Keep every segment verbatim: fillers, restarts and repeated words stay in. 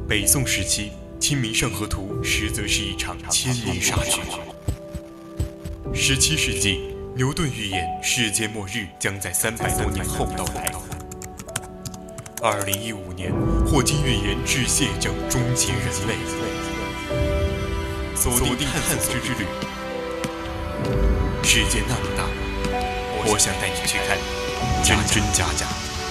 北宋时期，《清明上河图》实则是一场千年杀局。十七世纪，牛顿预言世界末日将在三百多年后到来。二零一五年，霍金预言致谢将终结人类。锁定探索之旅，世界那么大，我想带你去看真真假假。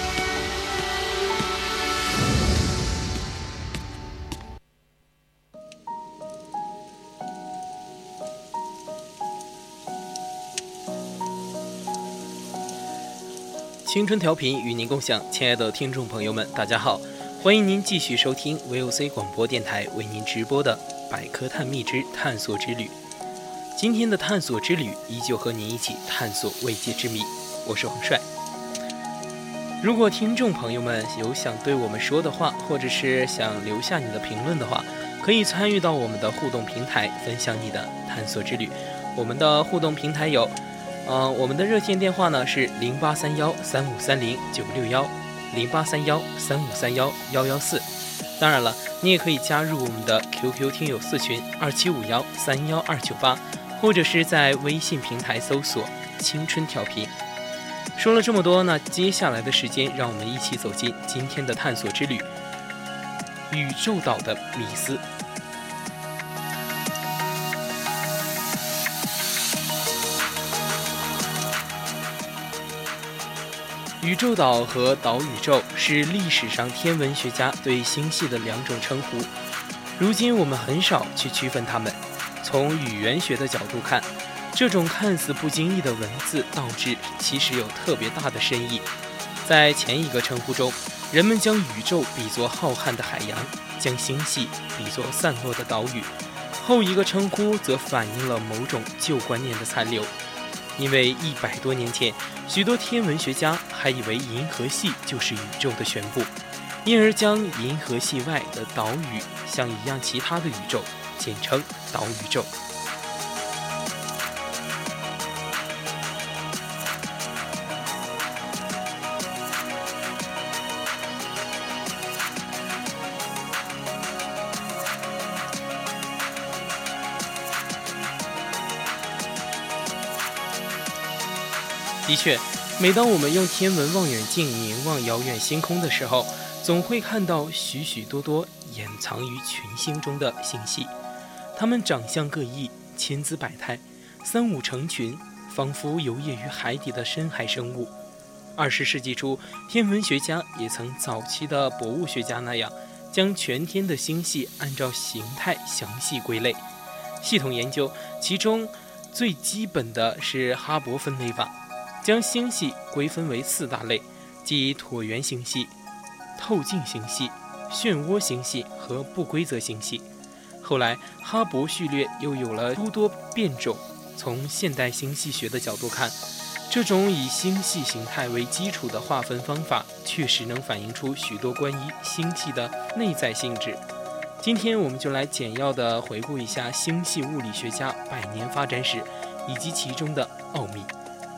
青春调频与您共享，亲爱的听众朋友们，大家好，欢迎您继续收听 V O C 广播电台为您直播的百科探秘之探索之旅。今天的探索之旅依旧和您一起探索未解之谜，我是王帅。如果听众朋友们有想对我们说的话，或者是想留下你的评论的话，可以参与到我们的互动平台，分享你的探索之旅。我们的互动平台有呃，我们的热线电话呢是零八三幺三五三零九六幺，零八三幺三五三幺幺幺四。当然了，你也可以加入我们的 Q Q 听友四群二七五幺三幺二九八，或者是在微信平台搜索青春调频。说了这么多呢，接下来的时间让我们一起走进今天的探索之旅——宇宙岛的迷思。宇宙岛和岛宇宙是历史上天文学家对星系的两种称呼，如今我们很少去区分它们。从语言学的角度看，这种看似不经意的文字倒置其实有特别大的深意。在前一个称呼中，人们将宇宙比作浩瀚的海洋，将星系比作散落的岛屿，后一个称呼则反映了某种旧观念的残留。因为一百多年前，许多天文学家还以为银河系就是宇宙的全部，因而将银河系外的岛屿像一样其他的宇宙简称岛宇宙。的确，每当我们用天文望远镜凝望遥远星空的时候，总会看到许许多多掩藏于群星中的星系，它们长相各异，千姿百态，三五成群，仿佛游曳于海底的深海生物。二十世纪初，天文学家也曾早期的博物学家那样，将全天的星系按照形态详细归类，系统研究。其中最基本的是哈勃分类法，将星系归分为四大类，即椭圆星系、透镜星系、漩涡星系和不规则星系。后来哈勃序列又有了诸多变种。从现代星系学的角度看，这种以星系形态为基础的划分方法确实能反映出许多关于星系的内在性质。今天我们就来简要地回顾一下星系物理学家百年发展史以及其中的奥秘。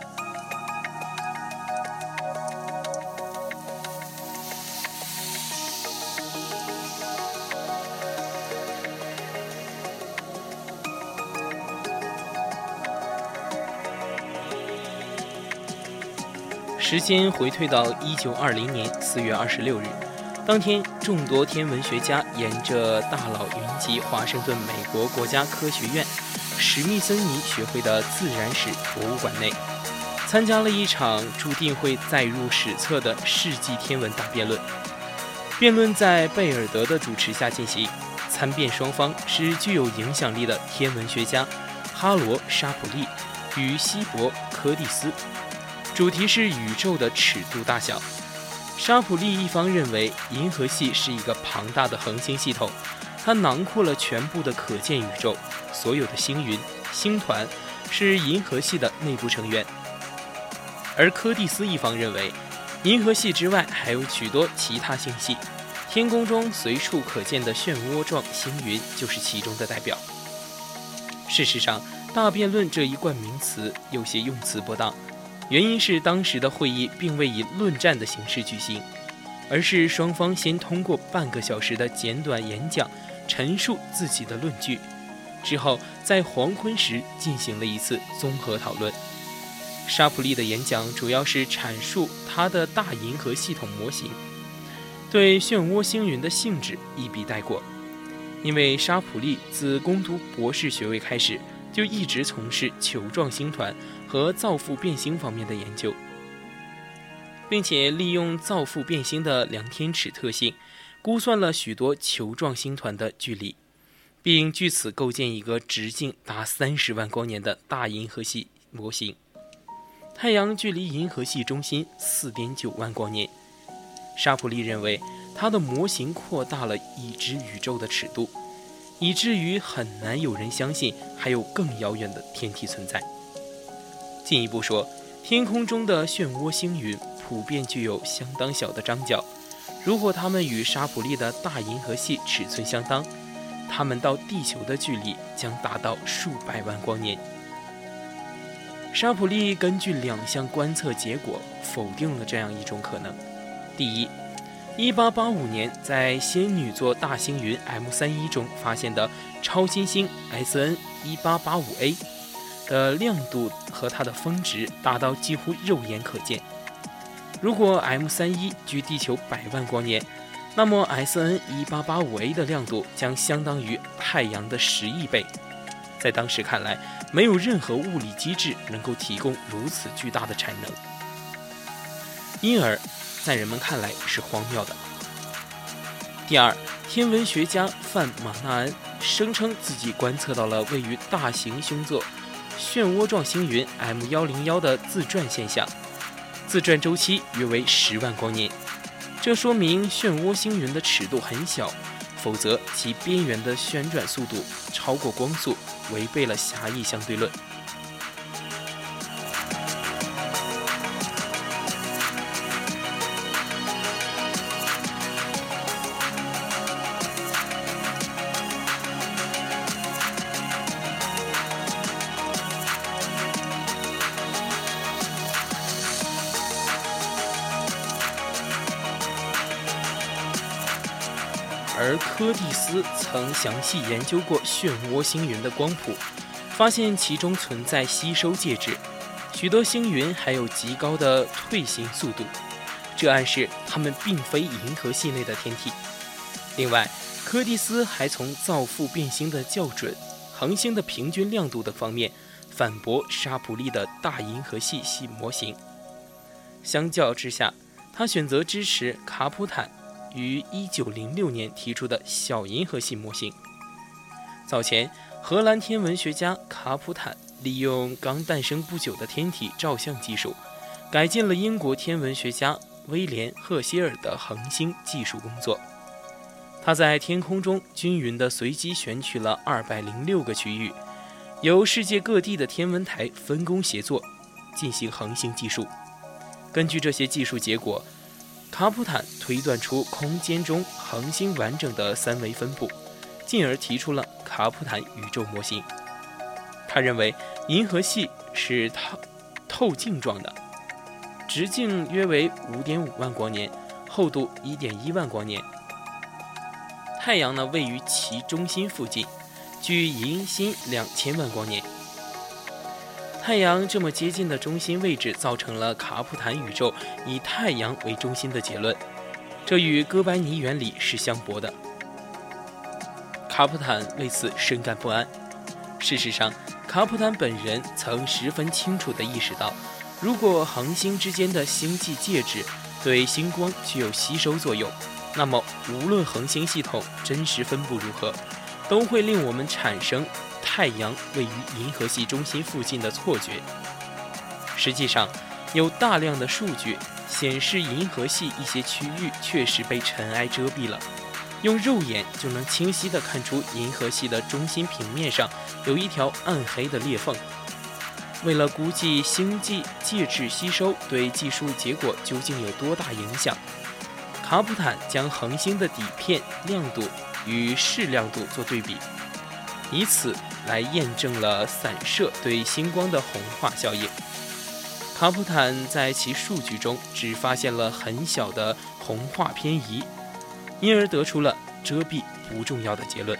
时间回退到一九二零年四月二十六日，当天，众多天文学家沿着大老云集华盛顿美国国家科学院史密森尼学会的自然史博物馆内，参加了一场注定会载入史册的世纪天文大辩论。辩论在贝尔德的主持下进行，参辩双方是具有影响力的天文学家哈罗·沙普利与希伯·柯蒂斯。主题是宇宙的尺度大小。沙普利一方认为银河系是一个庞大的恒星系统，它囊括了全部的可见宇宙，所有的星云、星团是银河系的内部成员。而柯蒂斯一方认为银河系之外还有许多其他星系，天空中随处可见的漩涡状星云就是其中的代表。事实上，大辩论这一冠名词有些用词不当，原因是当时的会议并未以论战的形式举行。 而是双方先通过半个小时的简短演讲陈述自己的论据，之后在黄昏时进行了一次综合讨论。沙普利的演讲主要是阐述他的大银河系统模型，对漩涡星云的性质一笔带过。因为沙普利自攻读博士学位开始，就一直从事球状星团和造父变星方面的研究，并且利用造父变星的量天尺特性，估算了许多球状星团的距离，并据此构建一个直径达三十万光年的大银河系模型。太阳距离银河系中心 四点九万光年，沙普利认为他的模型扩大了已知宇宙的尺度，以至于很难有人相信还有更遥远的天体存在。进一步说，天空中的漩涡星云普遍具有相当小的张角，如果它们与沙普利的大银河系尺寸相当，它们到地球的距离将达到数百万光年。沙普利根据两项观测结果否定了这样一种可能。第一，一八八五年在仙女座大星云 M 三十一 中发现的超新星 S N 一八八五 A 的亮度和它的峰值达到几乎肉眼可见。如果 M 三十一 距地球百万光年，那么 S N 一八八五 A 的亮度将相当于太阳的十亿倍。在当时看来，没有任何物理机制能够提供如此巨大的产能，因而在人们看来是荒谬的。第二，天文学家范马纳恩声称自己观测到了位于大型星座漩涡状星云 M 一零一 的自转现象，自转周期约为十万光年。这说明漩涡星云的尺度很小，否则其边缘的旋转速度超过光速，违背了狭义相对论。而柯蒂斯曾详细研究过漩涡星云的光谱，发现其中存在吸收介质，许多星云还有极高的退行速度，这暗示它们并非银河系内的天体。另外，柯蒂斯还从造父变星的校准、恒星的平均亮度等方面反驳沙普利的大银河系系模型。相较之下，他选择支持卡普坦于一九零六年提出的小银河系模型。早前，荷兰天文学家卡普坦利用刚诞生不久的天体照相技术，改进了英国天文学家威廉·赫歇尔的恒星技术工作。他在天空中均匀地随机选取了二百零六个区域，由世界各地的天文台分工协作，进行恒星计数。根据这些技术结果，卡普坦推断出空间中恒星完整的三维分布，进而提出了卡普坦宇宙模型。他认为银河系是透透镜状的，直径约为 五点五万光年，厚度 一点一万光年。太阳呢位于其中心附近，距银心两千万光年。太阳这么接近的中心位置，造成了卡普坦宇宙以太阳为中心的结论，这与哥白尼原理是相悖的。卡普坦为此深感不安。事实上，卡普坦本人曾十分清楚地意识到，如果恒星之间的星际介质对星光具有吸收作用，那么无论恒星系统真实分布如何，都会令我们产生太阳位于银河系中心附近的错觉。实际上，有大量的数据显示银河系一些区域确实被尘埃遮蔽了，用肉眼就能清晰地看出银河系的中心平面上有一条暗黑的裂缝。为了估计星际介质吸收对计数结果究竟有多大影响，卡普坦将恒星的底片亮度与视亮度做对比，以此来验证了散射对星光的红化效应。 卡普坦在其数据中只发现了很小的红化偏移，因而得出了遮蔽不重要的结论。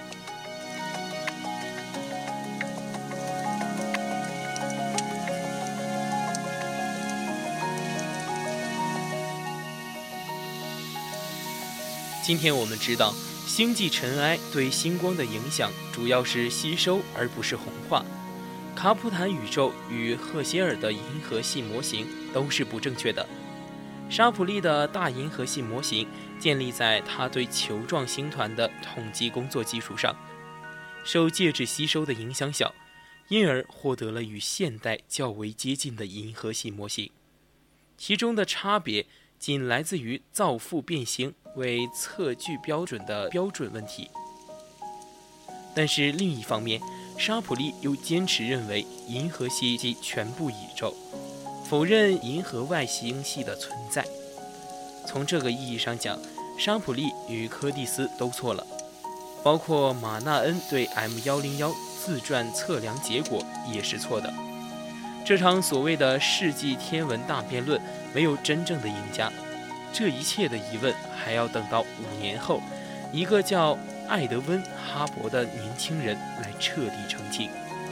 今天我们知道，星际尘埃对星光的影响主要是吸收而不是红化。卡普坦宇宙与赫歇尔的银河系模型都是不正确的。沙普利的大银河系模型建立在他对球状星团的统计工作基础上，受介质吸收的影响小，因而获得了与现代较为接近的银河系模型。其中的差别仅来自于造父变星为测距标准的标准问题。但是另一方面，沙普利又坚持认为银河系即全部宇宙，否认银河外星系的存在。从这个意义上讲，沙普利与柯蒂斯都错了，包括马纳恩对 M 一零一 自转测量结果也是错的。这场所谓的世纪天文大辩论没有真正的赢家，这一切的疑问还要等到五年后，一个叫艾德温·哈勃的年轻人来彻底澄清。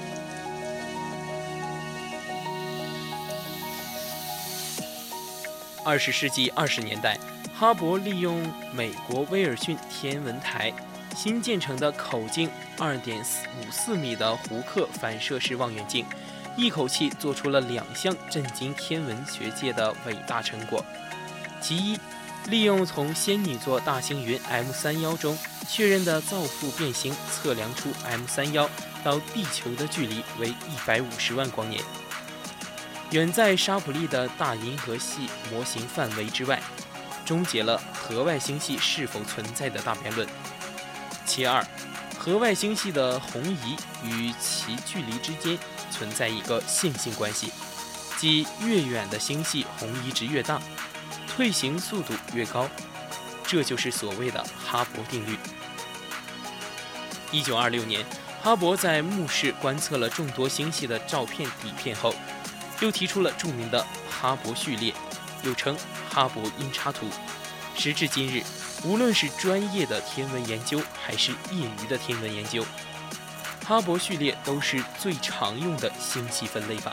二十世纪二十年代，哈勃利用美国威尔逊天文台新建成的口径 二点五四米的胡克反射式望远镜，一口气做出了两项震惊天文学界的伟大成果。其一，利用从仙女座大星云 M 三十一 中确认的造父变星测量出 M 三十一 到地球的距离为一百五十万光年，远在沙普利的大银河系模型范围之外，终结了河外星系是否存在的大辩论。其二，河外星系的红移与其距离之间存在一个线性关系，即越远的星系红移值越大，退行速度越高，这就是所谓的哈勃定律。一九二六年，哈勃在目视观测了众多星系的照片底片后，又提出了著名的哈勃序列，又称哈勃音叉图。时至今日，无论是专业的天文研究还是业余的天文研究，哈勃序列都是最常用的星系分类法。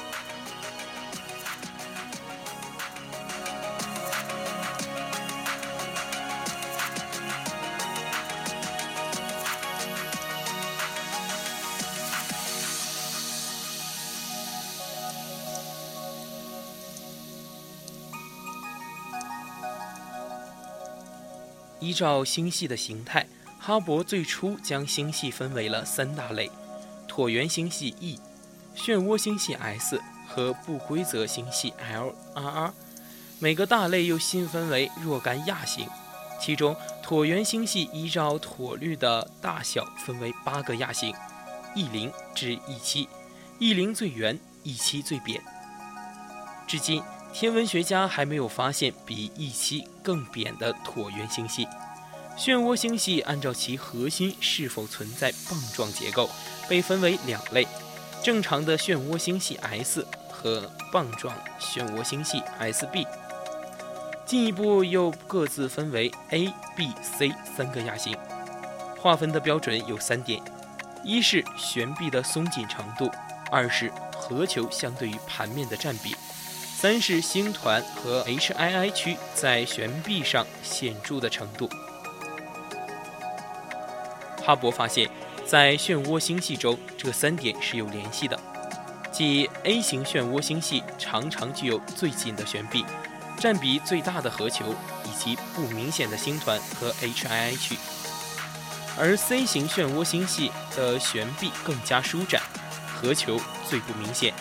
依照星系的形态，哈勃最初将星系分为了三大类：椭圆星系 E、漩涡星系 S 和不规则星系 L R R。每个大类又细分为若干亚型，其中椭圆星系依照椭率的大小分为八个亚型 ，E 零至 E 七，E 零最圆 ，E 七最扁。至今，天文学家还没有发现比 E 七更扁的椭圆星系。漩涡星系按照其核心是否存在棒状结构，被分为两类：正常的漩涡星系 S 和棒状漩涡星系 S B。进一步又各自分为 A、B、C 三个亚型。划分的标准有三点：一是悬臂的松紧程度，二是核球相对于盘面的占比，三是星团和 H I I 区在悬臂上显著的程度。哈勃发现，在漩涡星系中，这三点是有联系的，即 A 型漩涡星系常常具有最紧的悬臂，占比最大的核球，以及不明显的星团和 H I I 区，而 C 型漩涡星系的悬臂更加舒展，核球最不明显。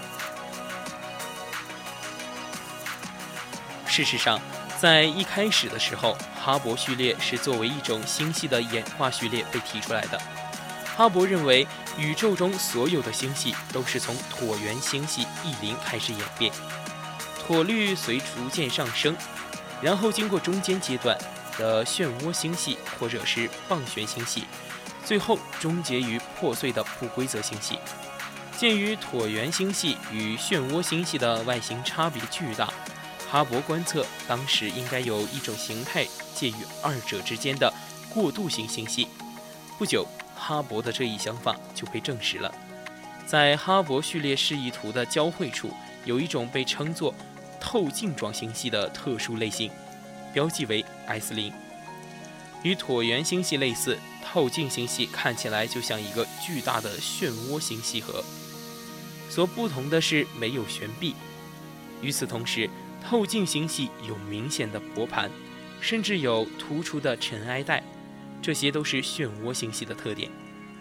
事实上，在一开始的时候，哈勃序列是作为一种星系的演化序列被提出来的。哈勃认为，宇宙中所有的星系都是从椭圆星系 E 零开始演变，椭率随逐渐上升，然后经过中间阶段的漩涡星系或者是棒旋星系，最后终结于破碎的不规则星系。 鉴于椭圆星系与漩涡星系的外形差别巨大，哈勃观测当时应该有一种形态介于二者之间的过渡性星系。不久，哈勃的这一想法就被证实了。在哈勃序列示意图的交汇处，有一种被称作透镜状星系的特殊类型，标记为 S 零。与椭圆星系类似，透镜星系看起来就像一个巨大的漩涡星系核，所不同的是没有悬臂。与此同时，透镜星系有明显的薄盘，甚至有突出的尘埃带，这些都是漩涡星系的特点。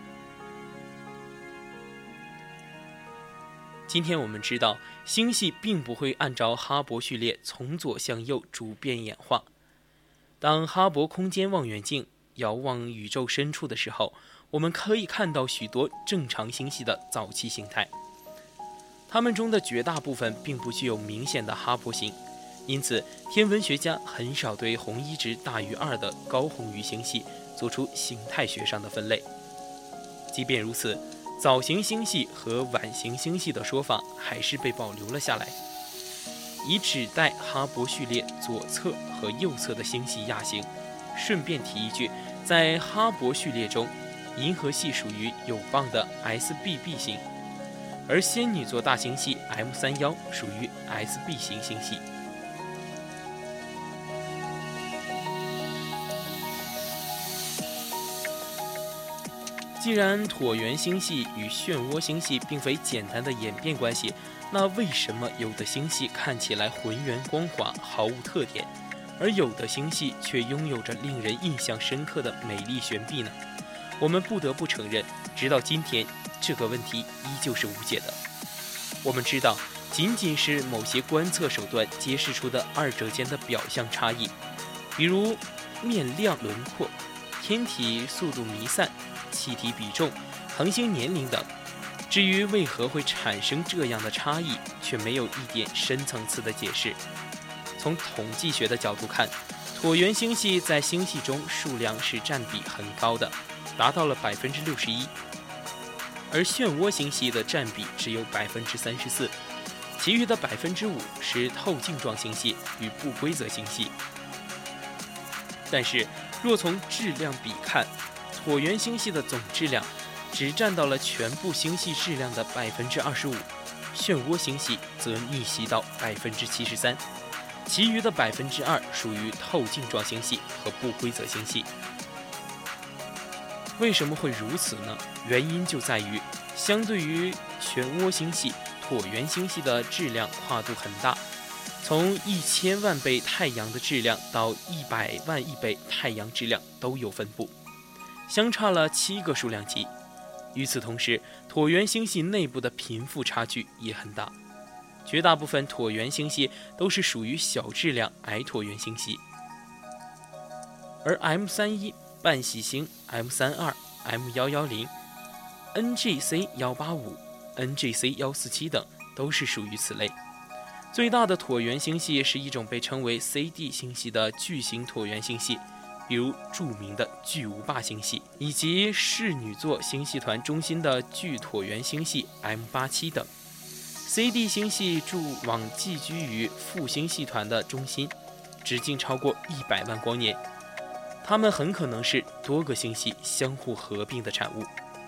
今天我们知道，星系并不会按照哈勃序列从左向右逐变演化。当哈勃空间望远镜遥望宇宙深处的时候，我们可以看到许多正常星系的早期形态，它们中的绝大部分并不具有明显的哈勃型，因此天文学家很少对红移值大于二的高红移星系做出形态学上的分类。即便如此，早型星系和晚型星系的说法还是被保留了下来，以指代哈勃序列左侧和右侧的星系亚型。顺便提一句，在哈勃序列中，银河系属于有棒的 S B B 型，而仙女座大星系 M 三十一 属于 S B 型星系。既然椭圆星系与漩涡星系并非简单的演变关系，那为什么有的星系看起来浑圆光滑，毫无特点，而有的星系却拥有着令人印象深刻的美丽悬臂呢？我们不得不承认，直到今天，这个问题依旧是无解的。我们知道，仅仅是某些观测手段揭示出的二者间的表象差异，比如面量轮廓、天体速度弥散、气体比重、恒星年龄等。至于为何会产生这样的差异，却没有一点深层次的解释。从统计学的角度看，椭圆星系在星系中数量是占比很高的，达到了百分之六十一，而漩涡星系的占比只有百分之三十四，其余的百分之五是透镜状星系与不规则星系。但是，若从质量比看，椭圆星系的总质量只占到了全部星系质量的百分之二十五，漩涡星系则逆袭到百分之七十三，其余的百分之二属于透镜状星系和不规则星系。为什么会如此呢？原因就在于，相对于漩涡星系，椭圆星系的质量跨度很大，从一千万倍太阳的质量到一百万亿倍太阳质量都有分布，相差了七个数量级。与此同时，椭圆星系内部的贫富差距也很大，绝大部分椭圆星系都是属于小质量矮椭圆星系，而 M 三十一、半喜星 M 三十二、M 一一零、N G C 一八五、N G C 一四七等都是属于此类。最大的椭圆星系是一种被称为 C D 星系的巨型椭圆星系，比如著名的巨无霸星系，以及室女座星系团中心的巨椭圆星系 M 八十七等。C D 星系驻往寄居于副星系团的中心，直径超过一百万光年，它们很可能是多个星系相互合并的产物。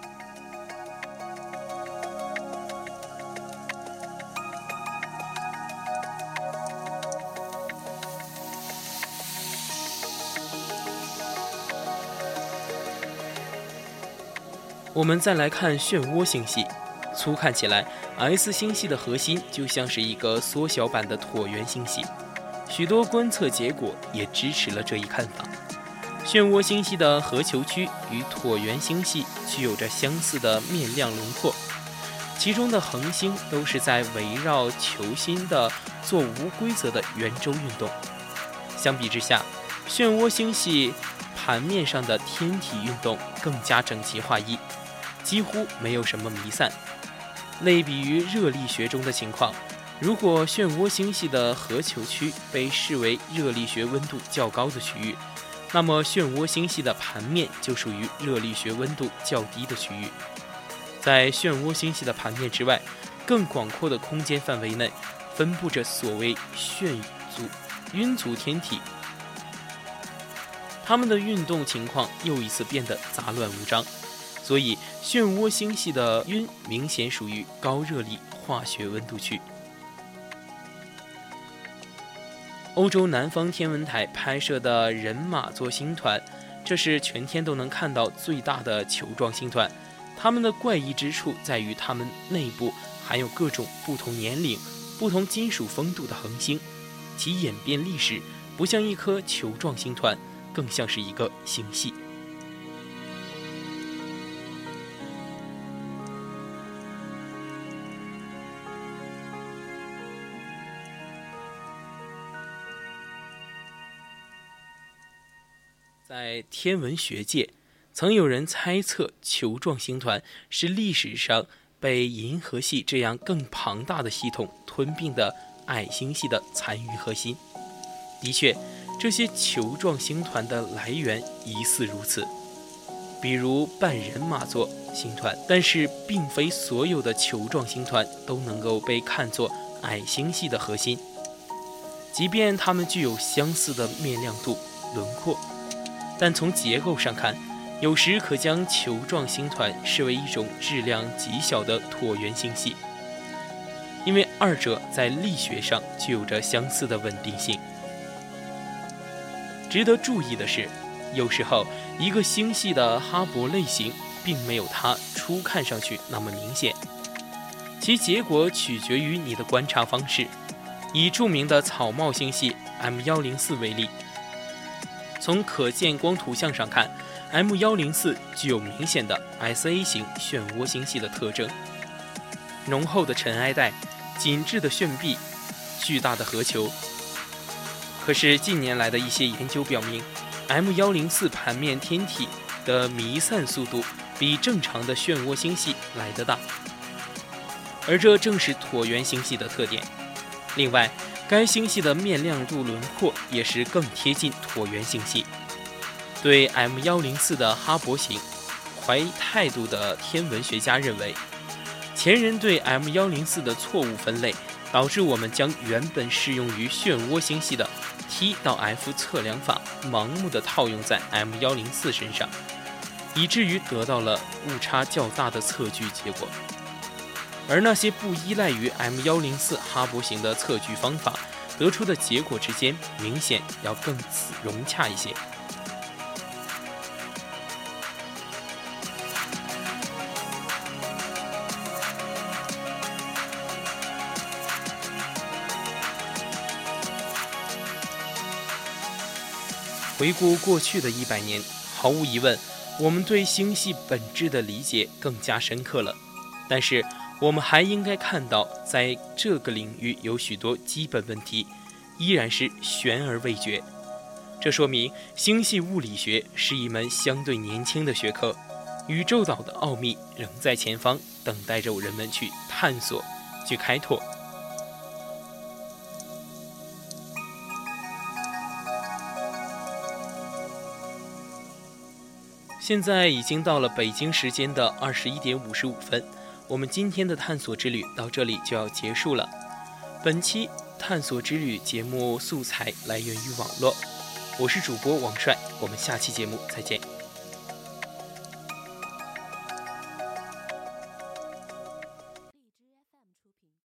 我们再来看漩涡星系，粗看起来 S 星系的核心就像是一个缩小版的椭圆星系，许多观测结果也支持了这一看法。漩涡星系的核球区与椭圆星系具有着相似的面量轮廓，其中的恒星都是在围绕球心的做无规则的圆周运动。相比之下，漩涡星系盘面上的天体运动更加整齐划一，几乎没有什么弥散。类比于热力学中的情况，如果漩涡星系的核球区被视为热力学温度较高的区域，那么漩涡星系的盘面就属于热力学温度较低的区域。 在漩涡星系的盘面之外，更广阔的空间范围内，分布着所谓眩族、晕族天体，它们的运动情况又一次变得杂乱无章。所以，漩涡星系的晕明显属于高热力化学温度区。欧洲南方天文台拍摄的人马座星团，这是全天都能看到最大的球状星团。它们的怪异之处在于，它们内部含有各种不同年龄、不同金属丰度的恒星，其演变历史不像一颗球状星团，更像是一个星系。在天文学界，曾有人猜测球状星团是历史上被银河系这样更庞大的系统吞并的矮星系的残余核心。的确，这些球状星团的来源疑似如此，比如半人马座星团，但是并非所有的球状星团都能够被看作矮星系的核心，即便它们具有相似的面亮度、轮廓，但从结构上看，有时可将球状星团视为一种质量极小的椭圆星系，因为二者在力学上具有着相似的稳定性。值得注意的是，有时候一个星系的哈勃类型并没有它初看上去那么明显，其结果取决于你的观察方式。以著名的草帽星系 M 一零四 为例，从可见光图像上看， M 一零四 具有明显的 S A 型漩涡星系的特征，浓厚的尘埃带、紧致的旋臂、巨大的核球。可是近年来的一些研究表明， M 一零四 盘面天体的弥散速度比正常的漩涡星系来得大，而这正是椭圆星系的特点。另外，该星系的面亮度轮廓也是更贴近椭圆星系。对 M 一零四 的哈勃型怀态度的天文学家认为，前人对 M 一零四 的错误分类，导致我们将原本适用于漩涡星系的 T 到 F 测量法盲目地套用在 M 一零四 身上，以至于得到了误差较大的测距结果。而那些不依赖于 M 一零四 哈勃型的测距方法得出的结果之间，明显要更融洽一些。回顾过去的一百年，毫无疑问，我们对星系本质的理解更加深刻了。但是，我们还应该看到，在这个领域有许多基本问题依然是悬而未决。这说明星系物理学是一门相对年轻的学科，宇宙岛的奥秘仍在前方，等待着人们去探索、去开拓。现在已经到了北京时间的二十一点五十五分，我们今天的探索之旅到这里就要结束了。本期探索之旅节目素材来源于网络，我是主播王帅，我们下期节目再见。